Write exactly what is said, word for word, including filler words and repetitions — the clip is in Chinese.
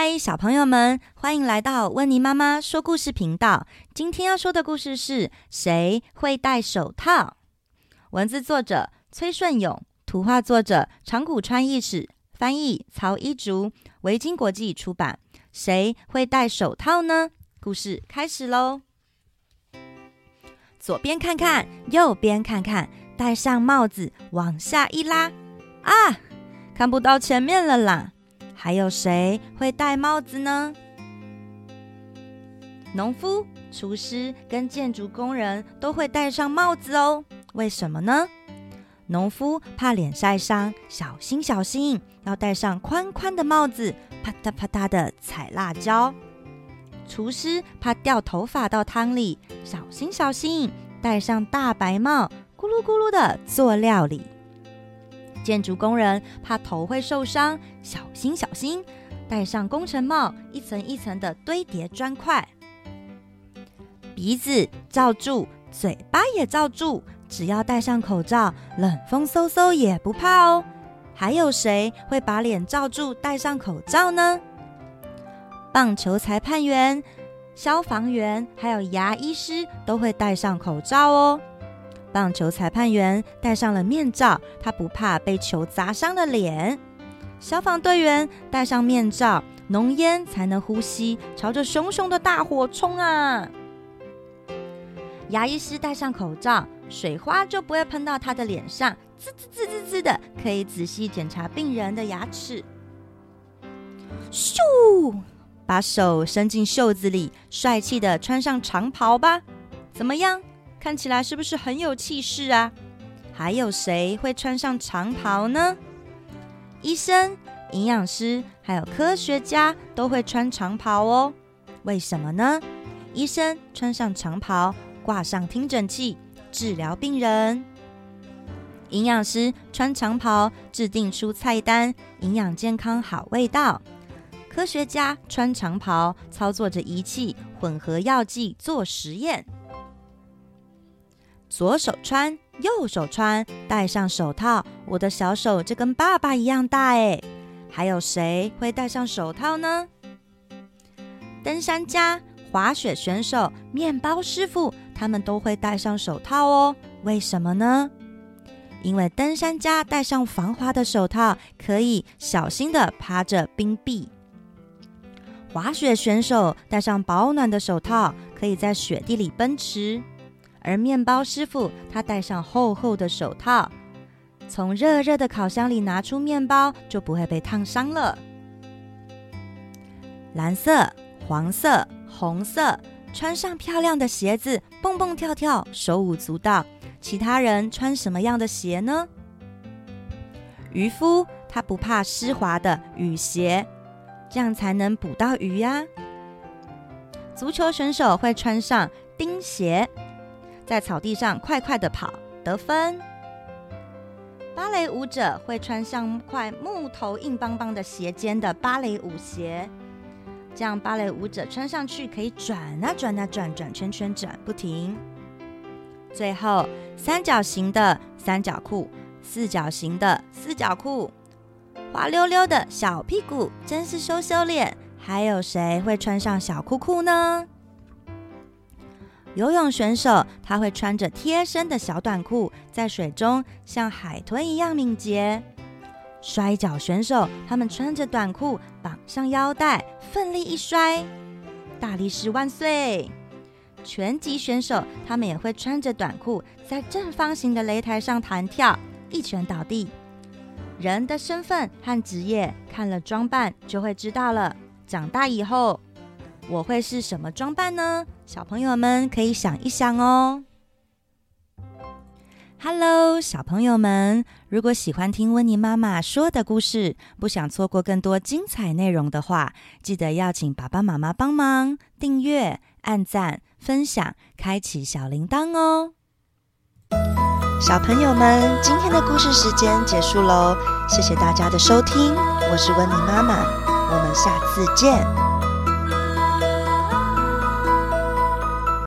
嗨，小朋友们，欢迎来到温妮妈妈说故事频道。今天要说的故事是谁会戴手套？文字作者崔顺勇，图画作者长谷川义史，翻译曹一竹，维京国际出版。谁会戴手套呢？故事开始咯。左边看看，右边看看，戴上帽子往下一拉，啊，看不到前面了啦。还有谁会戴帽子呢？农夫、厨师跟建筑工人都会戴上帽子哦。为什么呢？农夫怕脸晒伤，小心小心，要戴上宽宽的帽子，啪嗒啪嗒的踩辣椒。厨师怕掉头发到汤里，小心小心，戴上大白帽，咕噜咕噜的做料理。建筑工人怕头会受伤，小心小心，戴上工程帽，一层一层的堆叠砖块。鼻子罩住，嘴巴也罩住，只要戴上口罩，冷风嗖嗖也不怕哦。还有谁会把脸罩住戴上口罩呢？棒球裁判员、消防员还有牙医师都会戴上口罩哦。棒球裁判员戴上了面罩，他不怕被球砸伤了脸。消防队员戴上面罩，浓烟才能呼吸，朝着熊熊的大火冲啊！牙医师戴上口罩，水花就不会喷到他的脸上，滋滋滋滋滋的，可以仔细检查病人的牙齿。咻，把手伸进袖子里，帅气的穿上长袍吧，怎么样？看起来是不是很有气势啊？还有谁会穿上长袍呢？医生、营养师还有科学家都会穿长袍哦。为什么呢？医生穿上长袍，挂上听诊器，治疗病人。营养师穿长袍，制定出菜单，营养健康好味道。科学家穿长袍，操作着仪器，混合药剂做实验。左手穿，右手穿，戴上手套，我的小手就跟爸爸一样大耶。还有谁会戴上手套呢？登山家、滑雪选手、面包师傅，他们都会戴上手套哦。为什么呢？因为登山家戴上防滑的手套，可以小心的爬着冰壁。滑雪选手戴上保暖的手套，可以在雪地里奔驰。而面包师傅他戴上厚厚的手套，从热热的烤箱里拿出面包，就不会被烫伤了。蓝色、黄色、红色，穿上漂亮的鞋子，蹦蹦跳跳，手舞足蹈。其他人穿什么样的鞋呢？渔夫他不怕湿滑的雨鞋，这样才能捕到鱼呀。足球选手会穿上钉鞋，在草地上快快地跑，得分。芭蕾舞者会穿上块木头硬邦邦的斜尖的芭蕾舞鞋，这样芭蕾舞者穿上去可以转啊转啊转，转圈圈转不停。最后，三角形的三角裤，四角形的四角裤，滑溜溜的小屁股，真是羞羞脸。还有谁会穿上小裤裤呢？游泳选手他会穿着贴身的小短裤，在水中像海豚一样敏捷。摔跤选手他们穿着短裤，绑上腰带，奋力一摔，大力士万岁。拳击选手他们也会穿着短裤，在正方形的擂台上弹跳，一拳倒地。人的身份和职业看了装扮就会知道了。长大以后我会是什么装扮呢？小朋友们可以想一想哦。Hello， 小朋友们，如果喜欢听温妮妈妈说的故事，不想错过更多精彩内容的话，记得要请爸爸妈妈帮忙订阅、按赞、分享、开启小铃铛哦。小朋友们，今天的故事时间结束喽，谢谢大家的收听，我是温妮妈妈，我们下次见。